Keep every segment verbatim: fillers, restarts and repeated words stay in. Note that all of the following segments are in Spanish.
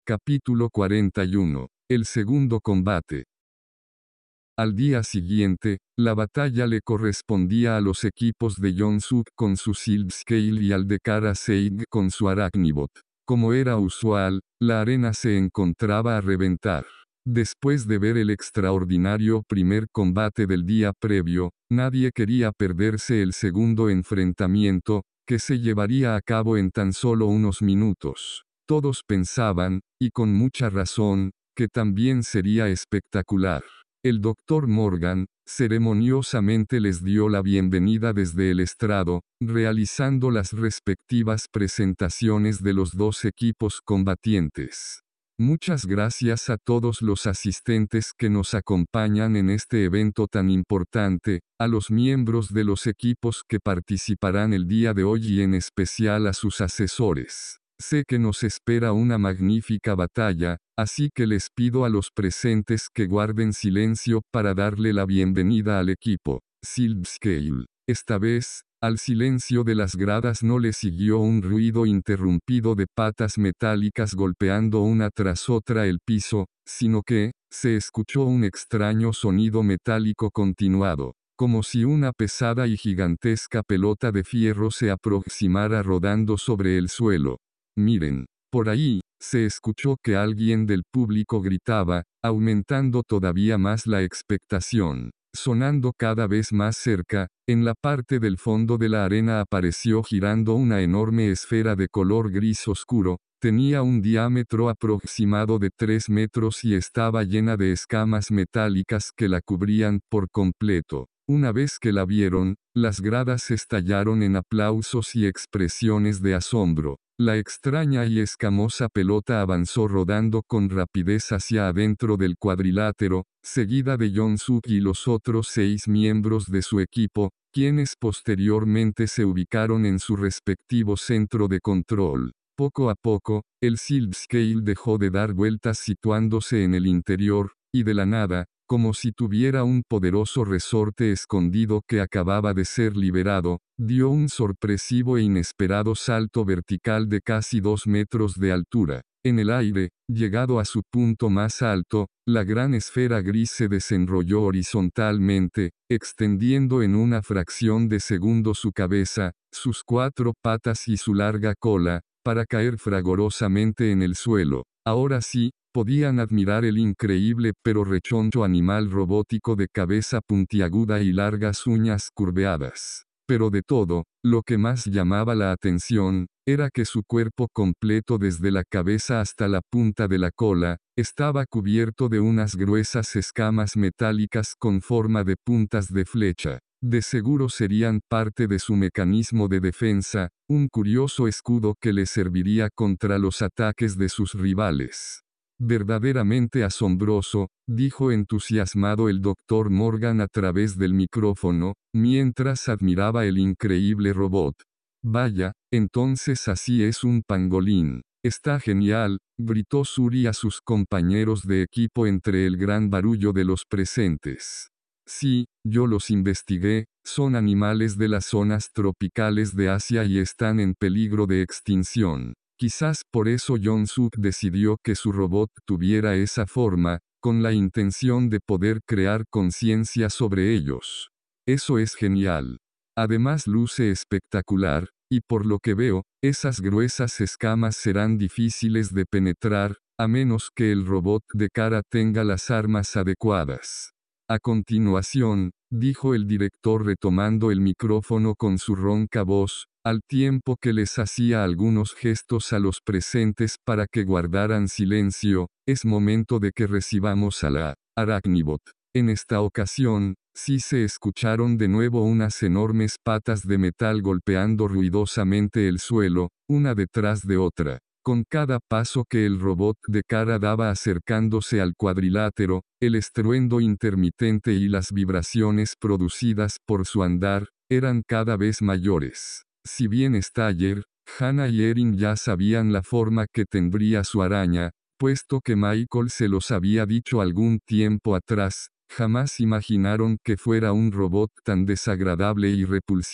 Capítulo cuarenta y uno. El segundo combate. Al día siguiente, la batalla le correspondía a los equipos de Yoon-suk con su Silkscale y al de Kara Seig con su Arachnibot. Como era usual, la arena se encontraba a reventar. Después de ver el extraordinario primer combate del día previo, nadie quería perderse el segundo enfrentamiento, que se llevaría a cabo en tan solo unos minutos. Todos pensaban, y con mucha razón, que también sería espectacular. El doctor Morgan, ceremoniosamente les dio la bienvenida desde el estrado, realizando las respectivas presentaciones de los dos equipos combatientes. Muchas gracias a todos los asistentes que nos acompañan en este evento tan importante, a los miembros de los equipos que participarán el día de hoy y en especial a sus asesores. Sé que nos espera una magnífica batalla, así que les pido a los presentes que guarden silencio para darle la bienvenida al equipo. Silkscale. Esta vez, al silencio de las gradas no le siguió un ruido interrumpido de patas metálicas golpeando una tras otra el piso, sino que, se escuchó un extraño sonido metálico continuado, como si una pesada y gigantesca pelota de fierro se aproximara rodando sobre el suelo. Miren, por ahí, se escuchó que alguien del público gritaba, aumentando todavía más la expectación. Sonando cada vez más cerca, en la parte del fondo de la arena apareció girando una enorme esfera de color gris oscuro, tenía un diámetro aproximado de tres metros y estaba llena de escamas metálicas que la cubrían por completo. Una vez que la vieron, las gradas estallaron en aplausos y expresiones de asombro. La extraña y escamosa pelota avanzó rodando con rapidez hacia adentro del cuadrilátero, seguida de Yoon-suk y los otros seis miembros de su equipo, quienes posteriormente se ubicaron en su respectivo centro de control. Poco a poco, el Silkscale dejó de dar vueltas situándose en el interior, y de la nada, como si tuviera un poderoso resorte escondido que acababa de ser liberado, dio un sorpresivo e inesperado salto vertical de casi dos metros de altura. En el aire, llegado a su punto más alto, la gran esfera gris se desenrolló horizontalmente, extendiendo en una fracción de segundo su cabeza, sus cuatro patas y su larga cola, para caer fragorosamente en el suelo. Ahora sí, podían admirar el increíble pero rechoncho animal robótico de cabeza puntiaguda y largas uñas curveadas. Pero de todo, lo que más llamaba la atención, era que su cuerpo completo desde la cabeza hasta la punta de la cola, estaba cubierto de unas gruesas escamas metálicas con forma de puntas de flecha. De seguro serían parte de su mecanismo de defensa, un curioso escudo que le serviría contra los ataques de sus rivales. Verdaderamente asombroso, dijo entusiasmado el doctor Morgan a través del micrófono, mientras admiraba el increíble robot. Vaya, entonces así es un pangolín. Está genial, gritó Suri a sus compañeros de equipo entre el gran barullo de los presentes. Sí, yo los investigué, son animales de las zonas tropicales de Asia y están en peligro de extinción. Quizás por eso Yoon-suk decidió que su robot tuviera esa forma, con la intención de poder crear conciencia sobre ellos. Eso es genial. Además luce espectacular, y por lo que veo, esas gruesas escamas serán difíciles de penetrar, a menos que el robot de Kara tenga las armas adecuadas. A continuación, dijo el director retomando el micrófono con su ronca voz, al tiempo que les hacía algunos gestos a los presentes para que guardaran silencio, es momento de que recibamos a la Arachnibot. En esta ocasión, sí se escucharon de nuevo unas enormes patas de metal golpeando ruidosamente el suelo, una detrás de otra. Con cada paso que el robot de Kara daba acercándose al cuadrilátero, el estruendo intermitente y las vibraciones producidas por su andar, eran cada vez mayores. Si bien Staller, Hannah y Erin ya sabían la forma que tendría su araña, puesto que Michael se los había dicho algún tiempo atrás, jamás imaginaron que fuera un robot tan desagradable y repulsivo.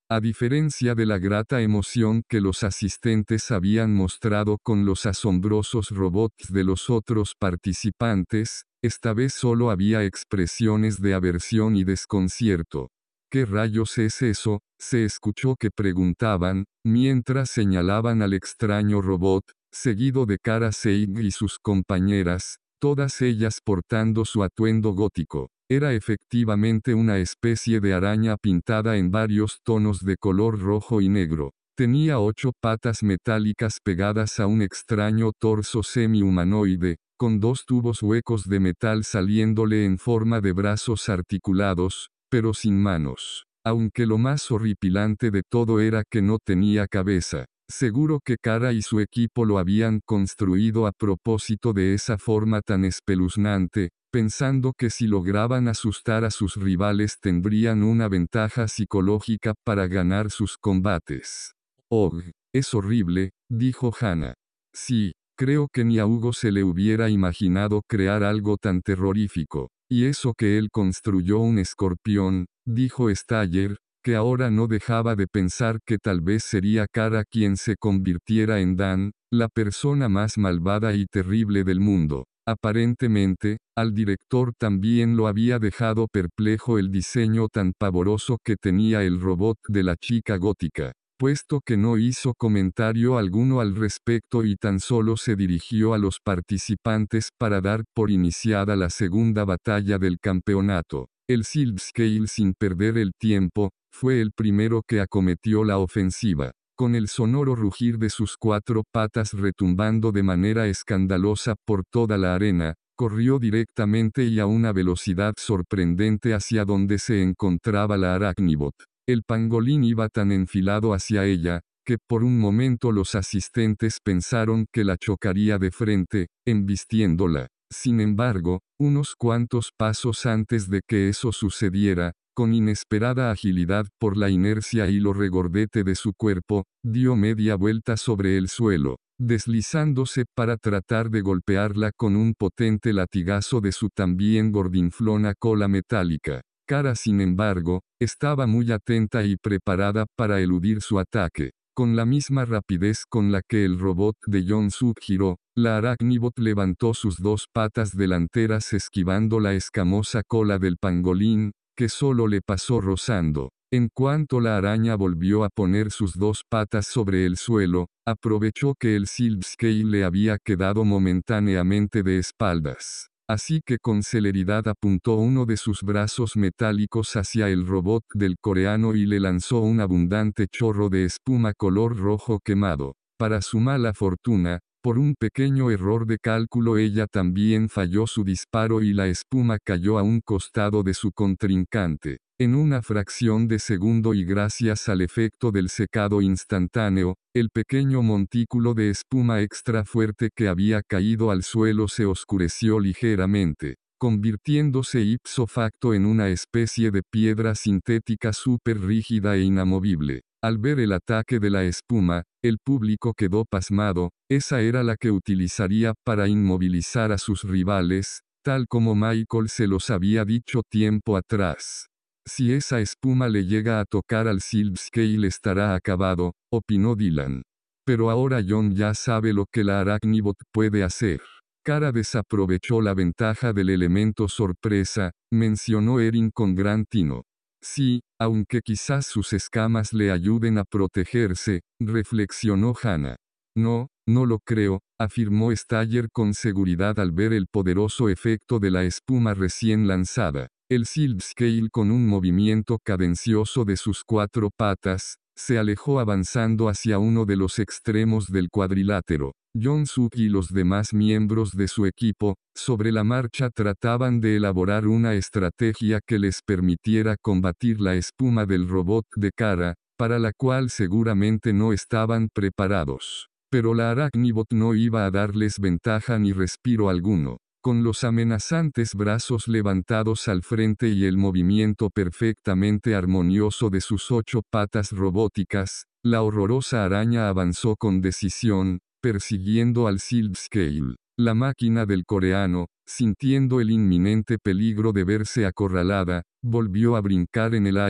A diferencia de la grata emoción que los asistentes habían mostrado con los asombrosos robots de los otros participantes, esta vez solo había expresiones de aversión y desconcierto. ¿Qué rayos es eso?, se escuchó que preguntaban, mientras señalaban al extraño robot, seguido de Kara Sage y sus compañeras, todas ellas portando su atuendo gótico. Era efectivamente una especie de araña pintada en varios tonos de color rojo y negro. Tenía ocho patas metálicas pegadas a un extraño torso semi-humanoide, con dos tubos huecos de metal saliéndole en forma de brazos articulados, pero sin manos. Aunque lo más horripilante de todo era que no tenía cabeza. Seguro que Kara y su equipo lo habían construido a propósito de esa forma tan espeluznante, pensando que si lograban asustar a sus rivales tendrían una ventaja psicológica para ganar sus combates. «Oh, es horrible», dijo Hannah. «Sí, creo que ni a Hugo se le hubiera imaginado crear algo tan terrorífico. Y eso que él construyó un escorpión», dijo Staller, que ahora no dejaba de pensar que tal vez sería Kara quien se convirtiera en Dan, la persona más malvada y terrible del mundo. Aparentemente, al director también lo había dejado perplejo el diseño tan pavoroso que tenía el robot de la chica gótica, puesto que no hizo comentario alguno al respecto y tan solo se dirigió a los participantes para dar por iniciada la segunda batalla del campeonato. El Sildscale, sin perder el tiempo, fue el primero que acometió la ofensiva. Con el sonoro rugir de sus cuatro patas retumbando de manera escandalosa por toda la arena, corrió directamente y a una velocidad sorprendente hacia donde se encontraba la Arachnibot. El pangolín iba tan enfilado hacia ella, que por un momento los asistentes pensaron que la chocaría de frente, embistiéndola. Sin embargo, unos cuantos pasos antes de que eso sucediera, con inesperada agilidad por la inercia y lo regordete de su cuerpo, dio media vuelta sobre el suelo, deslizándose para tratar de golpearla con un potente latigazo de su también gordinflona cola metálica. Kara, sin embargo, estaba muy atenta y preparada para eludir su ataque. Con la misma rapidez con la que el robot de Jon-Suk giró, la Arachnibot levantó sus dos patas delanteras esquivando la escamosa cola del pangolín, que solo le pasó rozando. En cuanto la araña volvió a poner sus dos patas sobre el suelo, aprovechó que el Sildscale le había quedado momentáneamente de espaldas. Así que con celeridad apuntó uno de sus brazos metálicos hacia el robot del coreano y le lanzó un abundante chorro de espuma color rojo quemado. Para su mala fortuna, por un pequeño error de cálculo ella también falló su disparo y la espuma cayó a un costado de su contrincante. En una fracción de segundo y gracias al efecto del secado instantáneo, el pequeño montículo de espuma extra fuerte que había caído al suelo se oscureció ligeramente, convirtiéndose ipso facto en una especie de piedra sintética súper rígida e inamovible. Al ver el ataque de la espuma, el público quedó pasmado. Esa era la que utilizaría para inmovilizar a sus rivales, tal como Michael se los había dicho tiempo atrás. Si esa espuma le llega a tocar al Sildscale estará acabado, opinó Dylan. Pero ahora Jon ya sabe lo que la Arachnibot puede hacer. Kara desaprovechó la ventaja del elemento sorpresa, mencionó Erin con gran tino. Sí, aunque quizás sus escamas le ayuden a protegerse, reflexionó Hannah. No, no lo creo, afirmó Staller con seguridad al ver el poderoso efecto de la espuma recién lanzada. El Sildscale, con un movimiento cadencioso de sus cuatro patas, se alejó avanzando hacia uno de los extremos del cuadrilátero. Jon-Suk y los demás miembros de su equipo, sobre la marcha trataban de elaborar una estrategia que les permitiera combatir la espuma del robot de Kara, para la cual seguramente no estaban preparados. Pero la Arachnibot no iba a darles ventaja ni respiro alguno. Con los amenazantes brazos levantados al frente y el movimiento perfectamente armonioso de sus ocho patas robóticas, la horrorosa araña avanzó con decisión, persiguiendo al Sildscale. La máquina del coreano, sintiendo el inminente peligro de verse acorralada, volvió a brincar en el aire,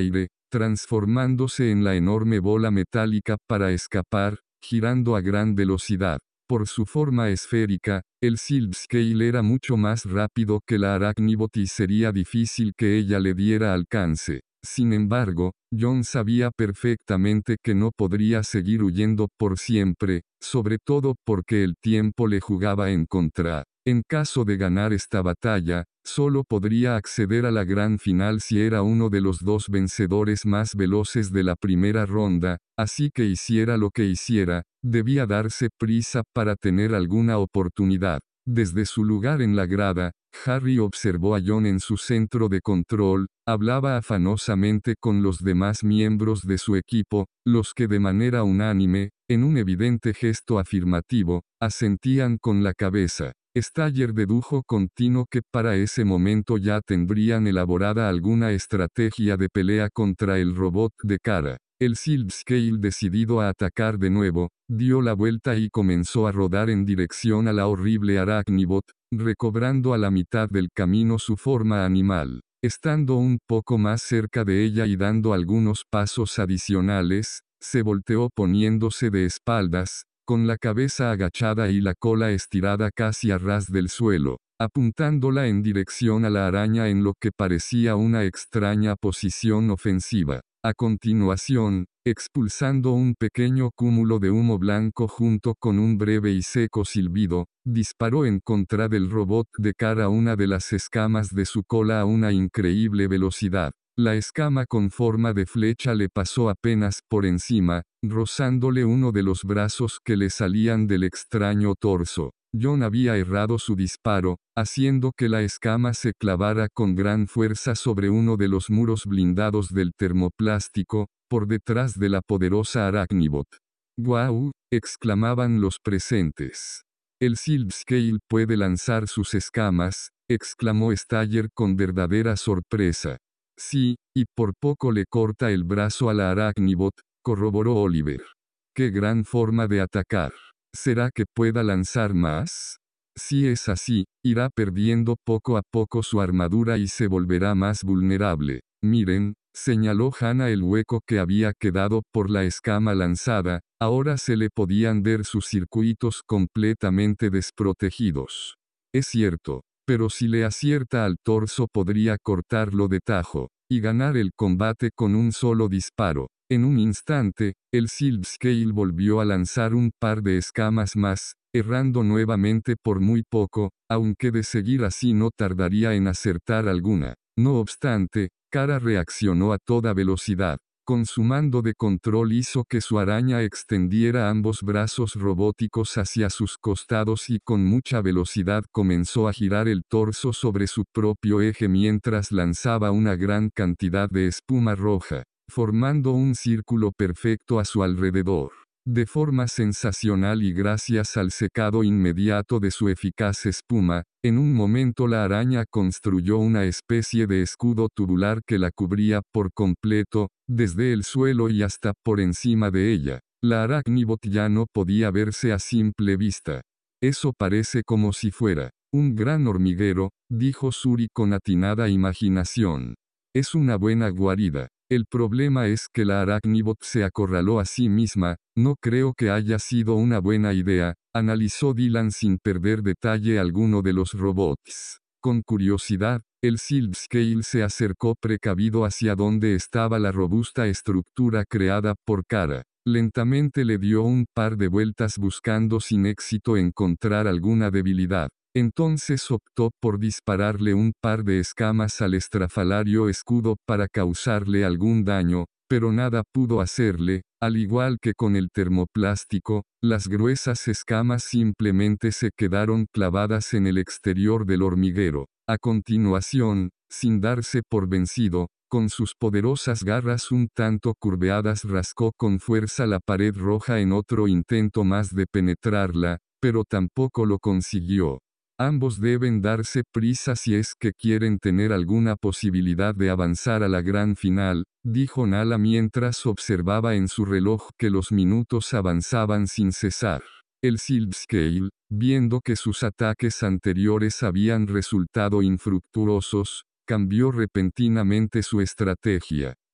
transformándose en la enorme bola metálica para escapar, girando a gran velocidad. Por su forma esférica, el Silpscale era mucho más rápido que la Arachnibot y sería difícil que ella le diera alcance. Sin embargo, Jon sabía perfectamente que no podría seguir huyendo por siempre, sobre todo porque el tiempo le jugaba en contra. En caso de ganar esta batalla, solo podría acceder a la gran final si era uno de los dos vencedores más veloces de la primera ronda, así que hiciera lo que hiciera, debía darse prisa para tener alguna oportunidad. Desde su lugar en la grada, Harry observó a Jon en su centro de control, hablaba afanosamente con los demás miembros de su equipo, los que de manera unánime, en un evidente gesto afirmativo, asentían con la cabeza. Staller dedujo continuo que para ese momento ya tendrían elaborada alguna estrategia de pelea contra el robot de Kara. El Silpscale, decidido a atacar de nuevo, dio la vuelta y comenzó a rodar en dirección a la horrible Arachnibot, recobrando a la mitad del camino su forma animal. Estando un poco más cerca de ella y dando algunos pasos adicionales, se volteó poniéndose de espaldas, con la cabeza agachada y la cola estirada casi a ras del suelo, apuntándola en dirección a la araña en lo que parecía una extraña posición ofensiva. A continuación, expulsando un pequeño cúmulo de humo blanco junto con un breve y seco silbido, disparó en contra del robot de Kara una de las escamas de su cola a una increíble velocidad. La escama con forma de flecha le pasó apenas por encima, rozándole uno de los brazos que le salían del extraño torso. Jon había errado su disparo, haciendo que la escama se clavara con gran fuerza sobre uno de los muros blindados del termoplástico, por detrás de la poderosa Arachnibot. ¡Guau!, exclamaban los presentes. El Silpscale puede lanzar sus escamas, exclamó Staller con verdadera sorpresa. Sí, y por poco le corta el brazo a la Arachnibot, corroboró Oliver. ¡Qué gran forma de atacar! ¿Será que pueda lanzar más? Si es así, irá perdiendo poco a poco su armadura y se volverá más vulnerable. Miren, señaló Hannah el hueco que había quedado por la escama lanzada, ahora se le podían ver sus circuitos completamente desprotegidos. Es cierto, pero si le acierta al torso podría cortarlo de tajo, y ganar el combate con un solo disparo. En un instante, el Silpscale volvió a lanzar un par de escamas más, errando nuevamente por muy poco, aunque de seguir así no tardaría en acertar alguna. No obstante, Kara reaccionó a toda velocidad. Con su mando de control hizo que su araña extendiera ambos brazos robóticos hacia sus costados y con mucha velocidad comenzó a girar el torso sobre su propio eje mientras lanzaba una gran cantidad de espuma roja, formando un círculo perfecto a su alrededor. De forma sensacional y gracias al secado inmediato de su eficaz espuma, en un momento la araña construyó una especie de escudo tubular que la cubría por completo, desde el suelo y hasta por encima de ella. La Arachnibot ya no podía verse a simple vista. Eso parece como si fuera un gran hormiguero, dijo Suri con atinada imaginación. Es una buena guarida. El problema es que la Arachnibot se acorraló a sí misma, no creo que haya sido una buena idea, analizó Dylan sin perder detalle alguno de los robots. Con curiosidad, el Silpscale se acercó precavido hacia donde estaba la robusta estructura creada por Kara. Lentamente le dio un par de vueltas buscando sin éxito encontrar alguna debilidad. Entonces optó por dispararle un par de escamas al estrafalario escudo para causarle algún daño, pero nada pudo hacerle. Al igual que con el termoplástico, las gruesas escamas simplemente se quedaron clavadas en el exterior del hormiguero. A continuación, sin darse por vencido, con sus poderosas garras un tanto curveadas rascó con fuerza la pared roja en otro intento más de penetrarla, pero tampoco lo consiguió. Ambos deben darse prisa si es que quieren tener alguna posibilidad de avanzar a la gran final, dijo Nala mientras observaba en su reloj que los minutos avanzaban sin cesar. El Silpscale, viendo que sus ataques anteriores habían resultado infructuosos, cambió repentinamente su estrategia.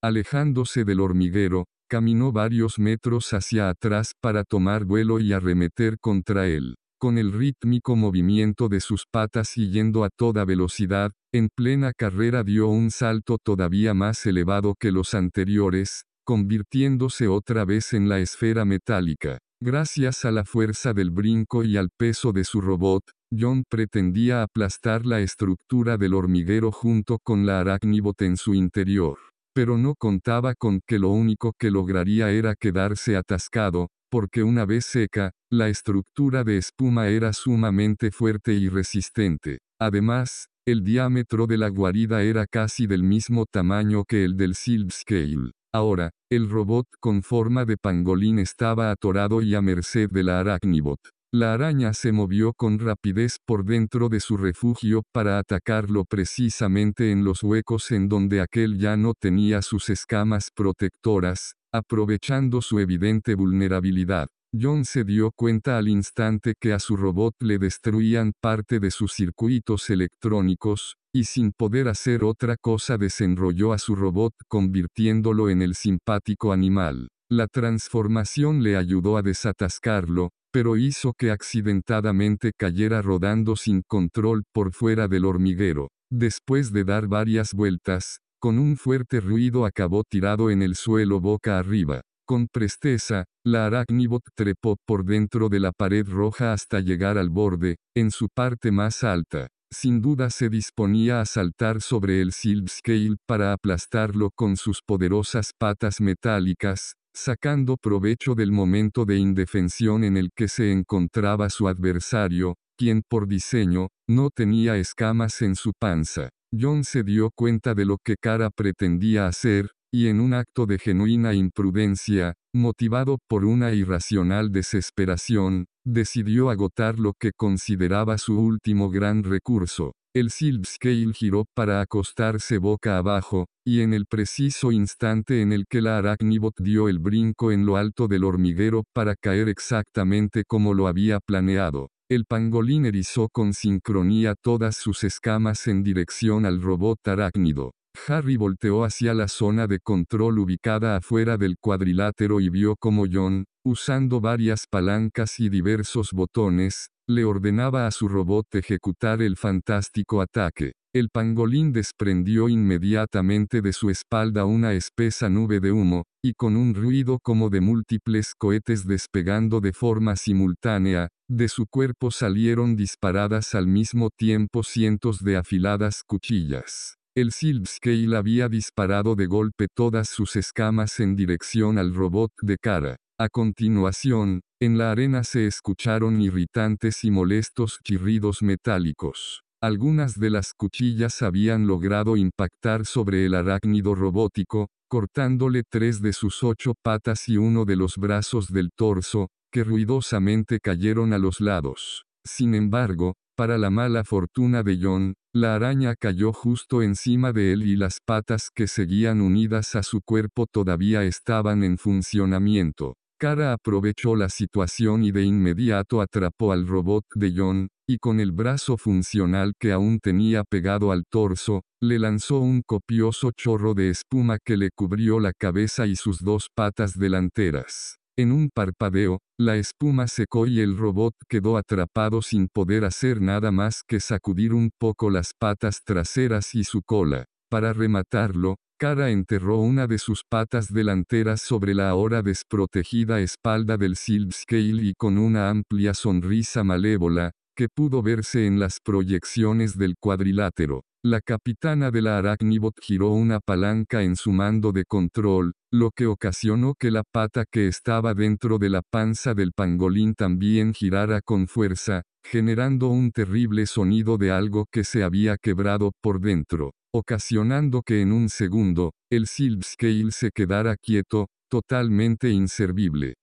Alejándose del hormiguero, caminó varios metros hacia atrás para tomar vuelo y arremeter contra él. Con el rítmico movimiento de sus patas y yendo a toda velocidad, en plena carrera dio un salto todavía más elevado que los anteriores, convirtiéndose otra vez en la esfera metálica. Gracias a la fuerza del brinco y al peso de su robot, John pretendía aplastar la estructura del hormiguero junto con la Arachnibot en su interior. Pero no contaba con que lo único que lograría era quedarse atascado, porque una vez seca, la estructura de espuma era sumamente fuerte y resistente. Además, el diámetro de la guarida era casi del mismo tamaño que el del Silpscale. Ahora, el robot con forma de pangolín estaba atorado y a merced de la Arachnibot. La araña se movió con rapidez por dentro de su refugio para atacarlo precisamente en los huecos en donde aquel ya no tenía sus escamas protectoras, aprovechando su evidente vulnerabilidad. John se dio cuenta al instante que a su robot le destruían parte de sus circuitos electrónicos, y sin poder hacer otra cosa desenrolló a su robot convirtiéndolo en el simpático animal. La transformación le ayudó a desatascarlo, pero hizo que accidentadamente cayera rodando sin control por fuera del hormiguero. Después de dar varias vueltas, con un fuerte ruido acabó tirado en el suelo boca arriba. Con presteza, la Arachnibot trepó por dentro de la pared roja hasta llegar al borde, en su parte más alta. Sin duda se disponía a saltar sobre el Silpscale para aplastarlo con sus poderosas patas metálicas, sacando provecho del momento de indefensión en el que se encontraba su adversario, quien por diseño, no tenía escamas en su panza. John se dio cuenta de lo que Kara pretendía hacer, y en un acto de genuina imprudencia, motivado por una irracional desesperación, decidió agotar lo que consideraba su último gran recurso. El Silpscale giró para acostarse boca abajo, y en el preciso instante en el que la Arachnibot dio el brinco en lo alto del hormiguero para caer exactamente como lo había planeado, el pangolín erizó con sincronía todas sus escamas en dirección al robot arácnido. Harry volteó hacia la zona de control ubicada afuera del cuadrilátero y vio cómo John, usando varias palancas y diversos botones, le ordenaba a su robot ejecutar el fantástico ataque. El pangolín desprendió inmediatamente de su espalda una espesa nube de humo, y con un ruido como de múltiples cohetes despegando de forma simultánea, de su cuerpo salieron disparadas al mismo tiempo cientos de afiladas cuchillas. El Silpscale había disparado de golpe todas sus escamas en dirección al robot de Kara. A continuación, en la arena se escucharon irritantes y molestos chirridos metálicos. Algunas de las cuchillas habían logrado impactar sobre el arácnido robótico, cortándole tres de sus ocho patas y uno de los brazos del torso, que ruidosamente cayeron a los lados. Sin embargo, para la mala fortuna de John, la araña cayó justo encima de él y las patas que seguían unidas a su cuerpo todavía estaban en funcionamiento. Kara aprovechó la situación y de inmediato atrapó al robot de John, y con el brazo funcional que aún tenía pegado al torso, le lanzó un copioso chorro de espuma que le cubrió la cabeza y sus dos patas delanteras. En un parpadeo, la espuma secó y el robot quedó atrapado sin poder hacer nada más que sacudir un poco las patas traseras y su cola. Para rematarlo, Kara enterró una de sus patas delanteras sobre la ahora desprotegida espalda del Silpscale y con una amplia sonrisa malévola, que pudo verse en las proyecciones del cuadrilátero, la capitana de la Arachnibot giró una palanca en su mando de control, lo que ocasionó que la pata que estaba dentro de la panza del pangolín también girara con fuerza, generando un terrible sonido de algo que se había quebrado por dentro, ocasionando que en un segundo, el Silpscale se quedara quieto, totalmente inservible.